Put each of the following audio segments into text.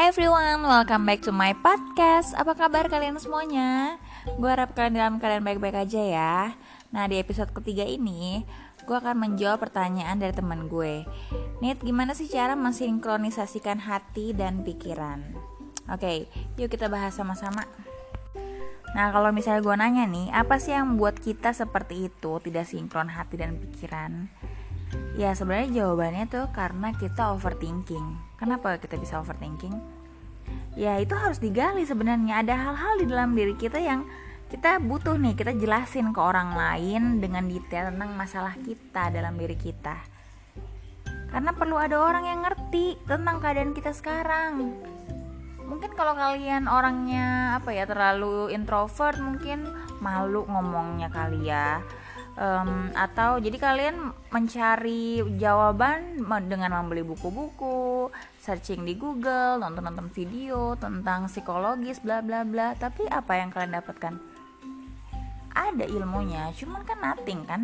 Hi everyone, welcome back to my podcast. Apa kabar kalian semuanya? Gue harap kalian dalam keadaan baik-baik aja ya. Nah, di episode ketiga ini gue akan menjawab pertanyaan dari teman gue. Nit, gimana sih cara mensinkronisasikan hati dan pikiran? Oke, yuk kita bahas sama-sama. Nah, kalau misalnya gue nanya nih, apa sih yang membuat kita seperti itu, tidak sinkron hati dan pikiran? Ya sebenarnya jawabannya tuh karena kita overthinking. Kenapa kita bisa overthinking? Ya itu harus digali sebenarnya. Ada hal-hal di dalam diri kita yang kita butuh nih, kita jelasin ke orang lain dengan detail tentang masalah kita dalam diri kita. Karena perlu ada orang yang ngerti tentang keadaan kita sekarang. Mungkin kalau kalian orangnya terlalu introvert, mungkin malu ngomongnya kali ya. Atau jadi kalian mencari jawaban dengan membeli buku-buku, searching di Google, nonton-nonton video tentang psikologis bla bla bla. Tapi apa yang kalian dapatkan? Ada ilmunya, cuman kan nothing kan?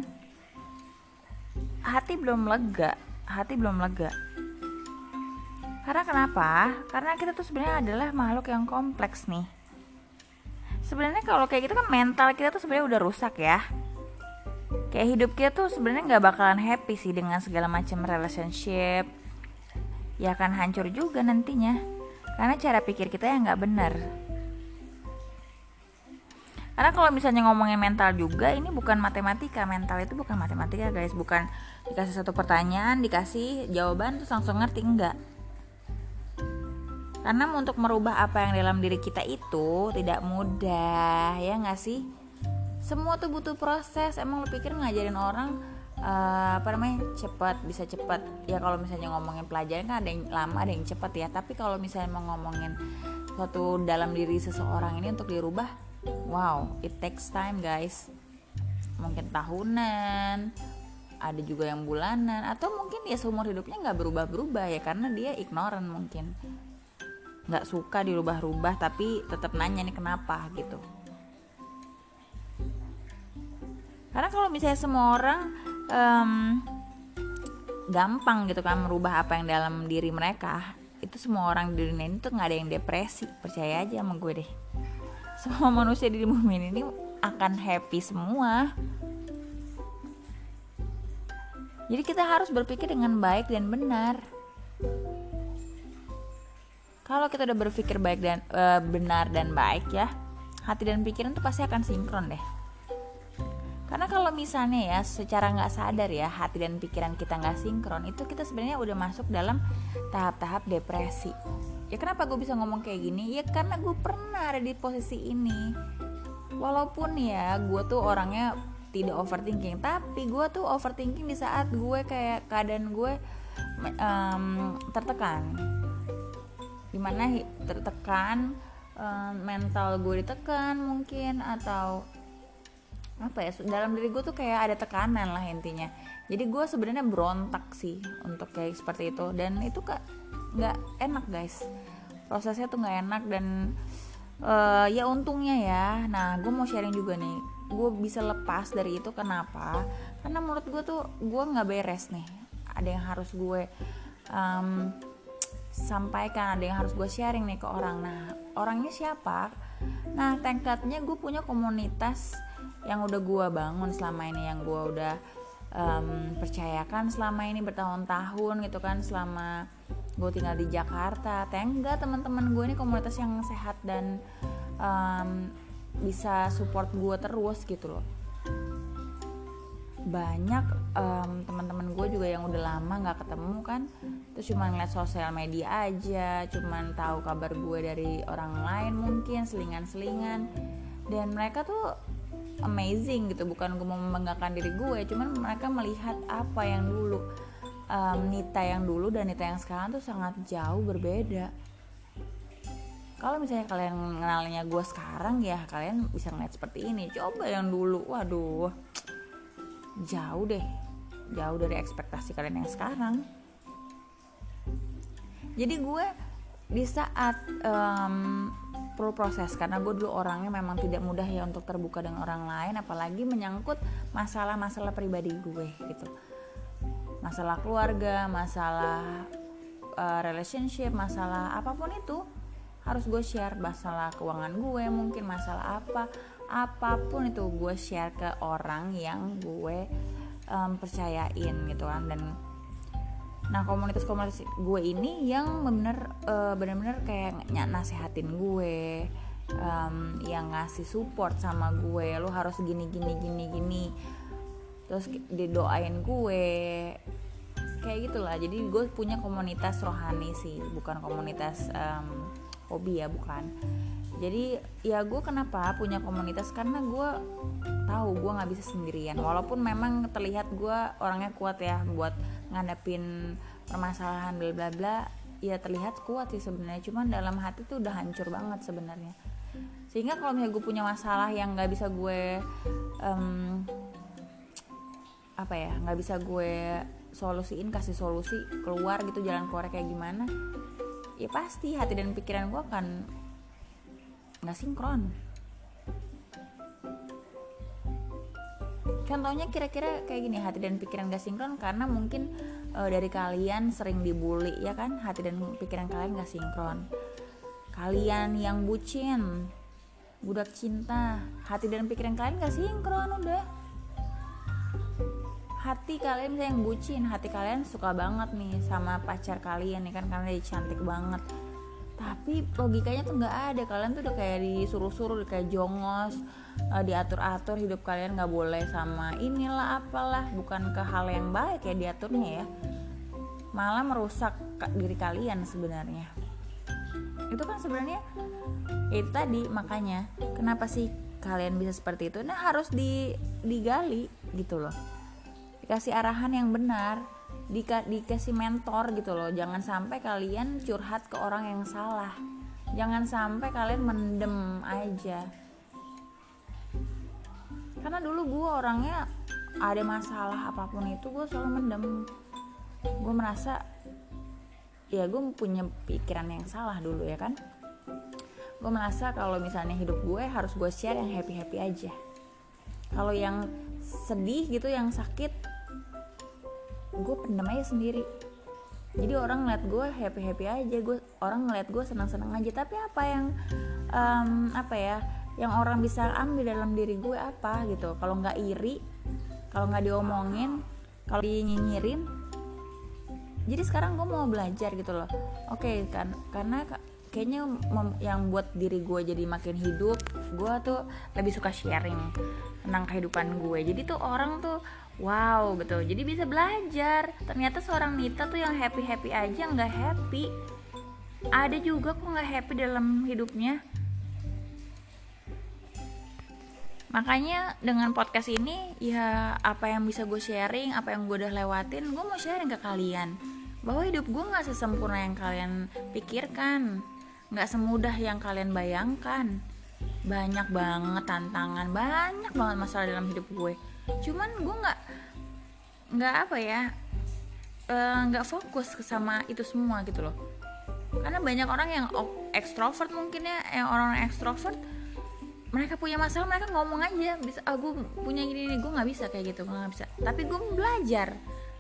Hati belum lega. Karena kenapa? Karena kita tuh sebenarnya adalah makhluk yang kompleks nih. Sebenarnya kalau kayak gitu kan mental kita tuh sebenarnya udah rusak ya. Kayak hidup kita tuh sebenarnya nggak bakalan happy sih dengan segala macam relationship. Ya akan hancur juga nantinya. Karena cara pikir kita yang nggak benar. Karena kalau misalnya ngomongin mental juga, ini bukan matematika. Mental itu bukan matematika guys. Bukan dikasih satu pertanyaan, dikasih jawaban terus langsung ngerti, enggak. Karena untuk merubah apa yang dalam diri kita itu tidak mudah, ya nggak sih? Semua tuh butuh proses. Emang lu pikir ngajarin orang bisa cepat? Ya kalau misalnya ngomongin pelajaran kan ada yang lama, ada yang cepat ya. Tapi kalau misalnya mau ngomongin suatu dalam diri seseorang ini untuk dirubah, wow, it takes time guys. Mungkin tahunan, ada juga yang bulanan, atau mungkin dia seumur hidupnya nggak berubah-berubah ya karena dia ignorant mungkin. Nggak suka dirubah-rubah tapi tetap nanya nih kenapa gitu. Karena kalau misalnya semua orang gampang gitu kan merubah apa yang dalam diri mereka, itu semua orang di dunia ini tuh nggak ada yang depresi. Percaya aja sama gue deh. Semua manusia di bumi ini akan happy semua. Jadi kita harus berpikir dengan baik dan benar. Kalau kita udah berpikir baik dan benar dan baik ya, hati dan pikiran tuh pasti akan sinkron deh. Karena kalau misalnya ya secara nggak sadar ya hati dan pikiran kita nggak sinkron, itu kita sebenarnya udah masuk dalam tahap-tahap depresi. Ya kenapa gue bisa ngomong kayak gini? Ya karena gue pernah ada di posisi ini. Walaupun ya gue tuh orangnya tidak overthinking, tapi gue tuh overthinking di saat gue kayak keadaan gue tertekan. Dimana tertekan, mental gue ditekan mungkin, atau dalam diri gue tuh kayak ada tekanan lah intinya. Jadi gue sebenarnya berontak sih untuk kayak seperti itu, dan itu nggak enak guys, prosesnya tuh nggak enak. Dan ya untungnya ya, nah gue mau sharing juga nih, gue bisa lepas dari itu. Kenapa? Karena menurut gue tuh gue nggak beres nih, ada yang harus gue sampaikan, ada yang harus gue sharing nih ke orang. Nah orangnya siapa? Nah tekadnya gue punya komunitas yang udah gue bangun selama ini, yang gue udah percayakan selama ini bertahun-tahun gitu kan, selama gue tinggal di Jakarta. Tengga teman-teman gue ini komunitas yang sehat dan bisa support gue terus gitu loh. Banyak teman-teman gue juga yang udah lama nggak ketemu kan, terus cuma ngeliat sosial media aja, cuman tahu kabar gue dari orang lain mungkin, selingan-selingan. Dan mereka tuh amazing gitu, bukan gue mau membanggakan diri gue, cuman mereka melihat apa yang dulu, Nita yang dulu dan Nita yang sekarang tuh sangat jauh berbeda. Kalau misalnya kalian kenalnya gue sekarang ya kalian bisa ngeliat seperti ini. Coba yang dulu, waduh, jauh dari ekspektasi kalian yang sekarang. Jadi gue di saat perlu proses, karena gue dulu orangnya memang tidak mudah ya untuk terbuka dengan orang lain, apalagi menyangkut masalah-masalah pribadi gue gitu, masalah keluarga, masalah relationship, masalah apapun itu harus gue share. Masalah keuangan gue, mungkin masalah apapun itu gue share ke orang yang gue percayain gitu kan. Dan nah komunitas gue ini yang bener-bener kayak nasehatin gue, yang ngasih support sama gue, lu harus gini, terus didoain gue kayak gitulah. Jadi gue punya komunitas rohani sih, bukan komunitas hobi ya, bukan. Jadi ya gue kenapa punya komunitas, karena gue tahu gue nggak bisa sendirian. Walaupun memang terlihat gue orangnya kuat ya buat ngadepin permasalahan bla bla bla, ya terlihat kuat sih sebenarnya, cuman dalam hati tuh udah hancur banget sebenarnya. Sehingga kalau misalnya gue punya masalah yang nggak bisa gue nggak bisa gue solusiin, kasih solusi keluar gitu, jalan keluar kayak gimana, ya pasti hati dan pikiran gue akan nggak sinkron. Contohnya kira-kira kayak gini, hati dan pikiran gak sinkron karena mungkin dari kalian sering dibully ya kan, hati dan pikiran kalian gak sinkron. Kalian yang bucin, budak cinta, hati dan pikiran kalian gak sinkron udah. Hati kalian misalnya yang bucin, hati kalian suka banget nih sama pacar kalian nih kan, karena dia cantik banget, tapi logikanya tuh nggak ada. Kalian tuh udah kayak disuruh-suruh, udah kayak jongos, diatur-atur hidup kalian, nggak boleh sama inilah apalah, bukan ke hal yang baik ya diaturnya ya, malah merusak diri kalian sebenarnya. Itu kan sebenarnya itu tadi, makanya kenapa sih kalian bisa seperti itu. Nah harus digali gitu loh, dikasih arahan yang benar, dikasih mentor gitu loh. Jangan sampai kalian curhat ke orang yang salah, jangan sampai kalian mendem aja. Karena dulu gue orangnya ada masalah apapun itu gue selalu mendem. Gue merasa ya gue punya pikiran yang salah dulu ya kan. Gue merasa kalau misalnya hidup gue harus gue share yang happy aja. Kalau yang sedih gitu, yang sakit, gue pendam aja sendiri. Jadi orang ngeliat gue happy aja, orang ngeliat gue senang aja. Tapi apa yang yang orang bisa ambil dalam diri gue apa gitu? Kalau nggak iri, kalau nggak diomongin, kalau dinyinyirin. Jadi sekarang gue mau belajar gitu loh. Oke, kan karena kayaknya yang buat diri gue jadi makin hidup, gue tuh lebih suka sharing tentang kehidupan gue. Jadi tuh orang tuh wow gitu, jadi bisa belajar. Ternyata seorang Nita tuh yang happy aja nggak happy. Ada juga kok nggak happy dalam hidupnya. Makanya dengan podcast ini ya apa yang bisa gue sharing, apa yang gue udah lewatin, gue mau sharing ke kalian bahwa hidup gue nggak sesempurna yang kalian pikirkan, nggak semudah yang kalian bayangkan. Banyak banget tantangan, banyak banget masalah dalam hidup gue. Cuman gue nggak fokus sama itu semua gitu loh. Karena banyak orang yang ekstrovert mungkin ya, yang orang ekstrovert mereka punya masalah, mereka ngomong aja, bisa gue punya gini, gue nggak bisa kayak gitu, gue nggak bisa. Tapi gue belajar.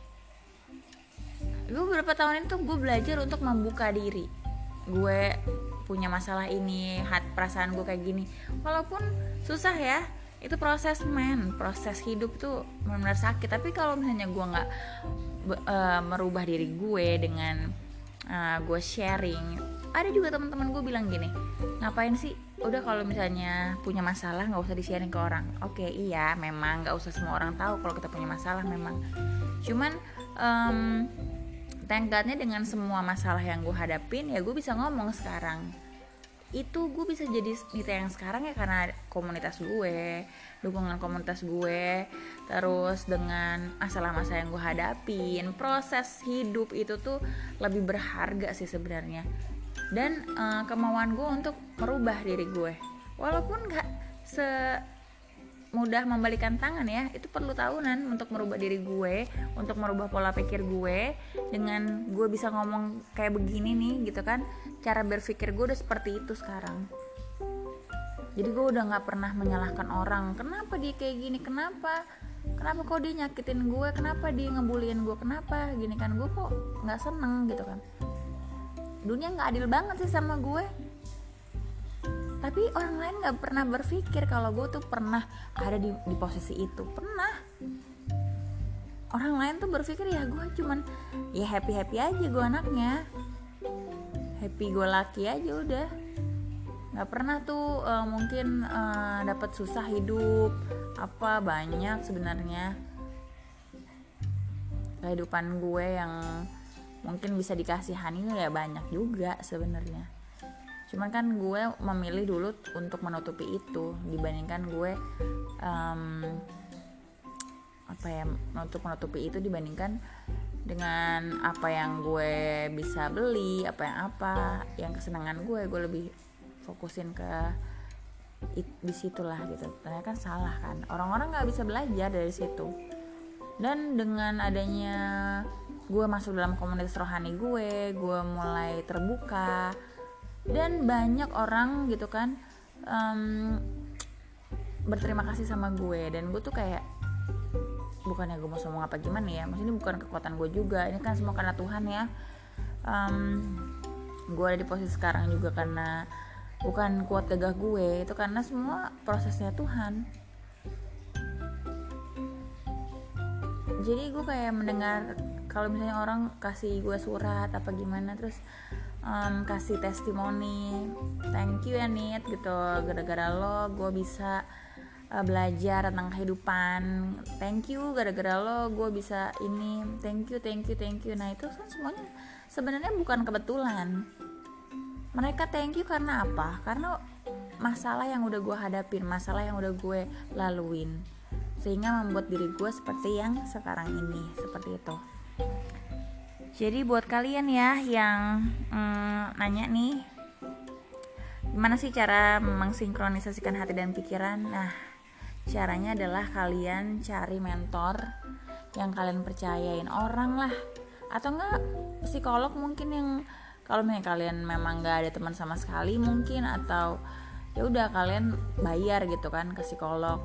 Gue beberapa tahun itu gue belajar untuk membuka diri. Gue punya masalah ini, perasaan gue kayak gini. Walaupun susah ya, itu proses hidup tuh benar-benar sakit. Tapi kalau misalnya gue nggak merubah diri gue dengan gue sharing, ada juga teman-teman gue bilang gini, ngapain sih, udah kalau misalnya punya masalah nggak usah di-sharing ke orang. Oke, iya memang nggak usah semua orang tahu kalau kita punya masalah memang. Cuman thank God-nya dengan semua masalah yang gue hadapin ya gue bisa ngomong sekarang. Itu gue bisa jadi Nita yang sekarang ya karena komunitas gue, dukungan komunitas gue, terus dengan masalah-masalah yang gue hadapin. Proses hidup itu tuh lebih berharga sih sebenarnya. Dan kemauan gue untuk merubah diri gue, walaupun gak semudah membalikan tangan ya, itu perlu tahunan untuk merubah diri gue, untuk merubah pola pikir gue. Dengan gue bisa ngomong kayak begini nih gitu kan, cara berpikir gue udah seperti itu sekarang. Jadi gue udah gak pernah menyalahkan orang, kenapa dia kayak gini, kenapa kok dia nyakitin gue, kenapa dia ngebullying gue, kenapa gini kan, gue kok gak seneng gitu kan. dunia nggak adil banget sih sama gue. Tapi orang lain nggak pernah berpikir kalau gue tuh pernah ada di posisi itu. Pernah. Orang lain tuh berpikir ya gue cuman ya happy aja, gue anaknya happy go lucky aja udah. Nggak pernah tuh mungkin dapat susah hidup apa. Banyak sebenarnya kehidupan gue yang mungkin bisa dikasihani ya banyak juga sebenarnya. Cuman kan gue memilih dulu untuk menutupi itu dibandingkan gue menutupi itu dibandingkan dengan apa yang gue bisa beli, yang kesenangan gue lebih fokusin ke disitulah gitu. Ternyata kan salah kan, orang-orang nggak bisa belajar dari situ. Dan dengan adanya gue masuk dalam komunitas rohani gue mulai terbuka dan banyak orang gitu kan berterima kasih sama gue. Dan gue tuh kayak, bukannya gue mau ngomong apa gimana ya, maksudnya ini bukan kekuatan gue juga, ini kan semua karena Tuhan ya. Gue ada di posisi sekarang juga karena bukan kuat gagah gue, itu karena semua prosesnya Tuhan. Jadi gue kayak mendengar kalau misalnya orang kasih gue surat apa gimana, terus kasih testimoni, thank you ya Nit gitu, gara-gara lo gue bisa belajar tentang kehidupan, thank you gara-gara lo gue bisa ini, thank you. Nah itu kan semuanya sebenarnya bukan kebetulan. Mereka thank you karena apa? Karena masalah yang udah gue hadapin, masalah yang udah gue laluin, sehingga membuat diri gue seperti yang sekarang ini, seperti itu. Jadi buat kalian ya yang nanya nih, gimana sih cara mengsinkronisasikan hati dan pikiran? Nah, caranya adalah kalian cari mentor yang kalian percayain, orang lah, atau enggak psikolog mungkin, yang kalau misalnya kalian memang nggak ada teman sama sekali mungkin, atau ya udah kalian bayar gitu kan ke psikolog,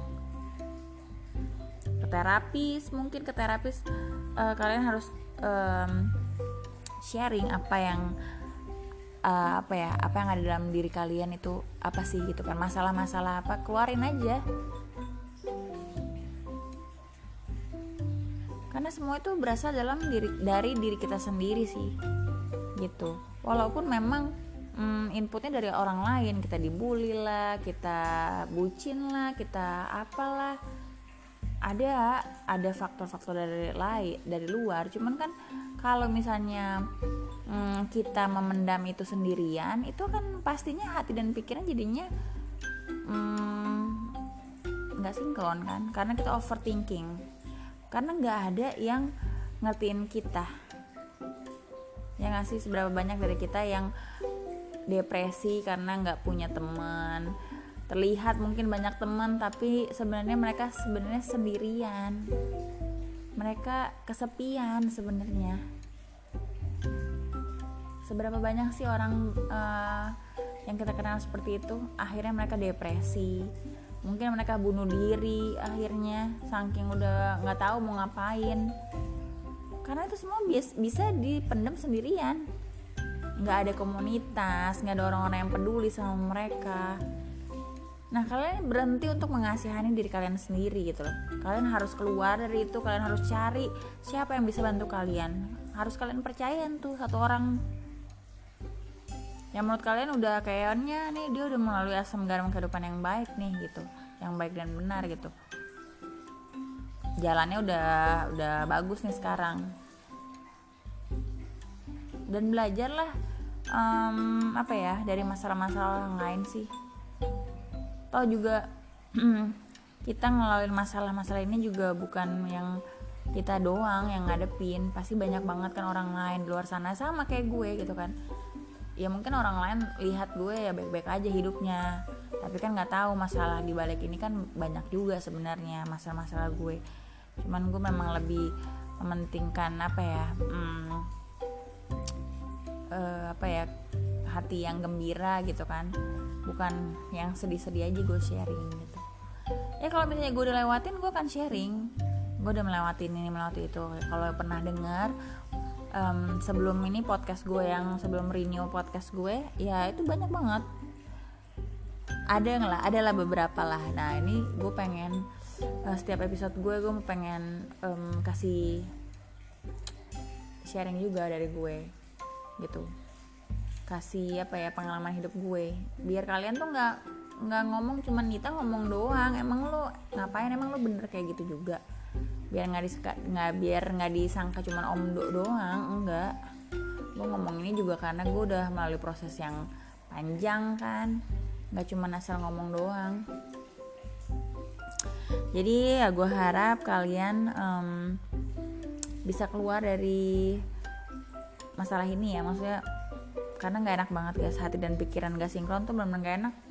ke terapis kalian harus sharing apa yang ada dalam diri kalian itu apa sih gitu kan, masalah-masalah apa, keluarin aja. Karena semua itu berasal dari diri kita sendiri sih gitu. Walaupun memang inputnya dari orang lain, kita dibully lah, kita bucin lah, kita apalah, ada faktor-faktor dari luar. Cuman kan kalau misalnya kita memendam itu sendirian, itu kan pastinya hati dan pikiran jadinya nggak sinkron kan, karena kita overthinking, karena nggak ada yang ngertiin kita. Ya nggak sih, seberapa banyak dari kita yang depresi karena nggak punya teman. Terlihat mungkin banyak teman, tapi sebenarnya mereka sendirian, mereka kesepian sebenarnya. Seberapa banyak sih orang yang kita kenal seperti itu, akhirnya mereka depresi, mungkin mereka bunuh diri akhirnya, saking udah nggak tahu mau ngapain. Karena itu semua bisa dipendam sendirian, nggak ada komunitas, nggak ada orang-orang yang peduli sama mereka. Nah, kalian berhenti untuk mengasihani diri kalian sendiri gitu loh. Kalian harus keluar dari itu, kalian harus cari siapa yang bisa bantu kalian. Harus kalian percayain tuh satu orang yang menurut kalian udah kayaknya nih dia udah melalui asam garam kehidupan yang baik nih gitu, yang baik dan benar gitu. Jalannya udah bagus nih sekarang. Dan belajarlah dari masalah-masalah yang lain sih. Toh juga kita ngelalui masalah-masalah ini juga bukan yang kita doang yang ngadepin, pasti banyak banget kan orang lain di luar sana sama kayak gue gitu kan. Ya mungkin orang lain lihat gue ya baik-baik aja hidupnya, tapi kan nggak tahu masalah di balik ini kan banyak juga sebenarnya masalah-masalah gue. Cuman gue memang lebih mementingkan hati yang gembira gitu kan, bukan yang sedih-sedih aja gue sharing gitu. Ya kalau misalnya gue udah lewatin, gue akan sharing, gue udah melewati ini melewati itu. Kalau pernah dengar sebelum ini podcast gue yang sebelum renew podcast gue, ya itu banyak banget, adalah beberapa lah. Nah ini gue pengen setiap episode gue mau pengen kasih sharing juga dari gue gitu, kasih pengalaman hidup gue, biar kalian tuh nggak ngomong cuman Nita ngomong doang, emang lo ngapain, emang lo bener kayak gitu juga, biar nggak disangka cuman doang. Enggak, gue ngomong ini juga karena gue udah melalui proses yang panjang kan, nggak cuman asal ngomong doang. Jadi ya gue harap kalian bisa keluar dari masalah ini ya, maksudnya karena nggak enak banget guys, hati dan pikiran gak sinkron tuh bener-bener gak enak,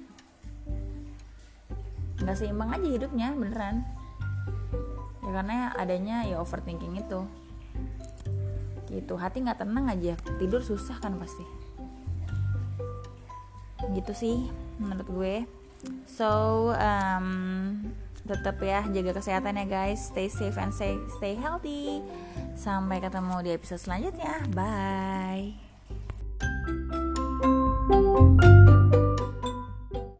nggak seimbang aja hidupnya beneran ya, karena adanya ya overthinking itu gitu. Hati nggak tenang aja, tidur susah kan pasti gitu sih menurut gue. So tetap ya jaga kesehatan ya guys, stay safe and stay healthy. Sampai ketemu di episode selanjutnya, bye.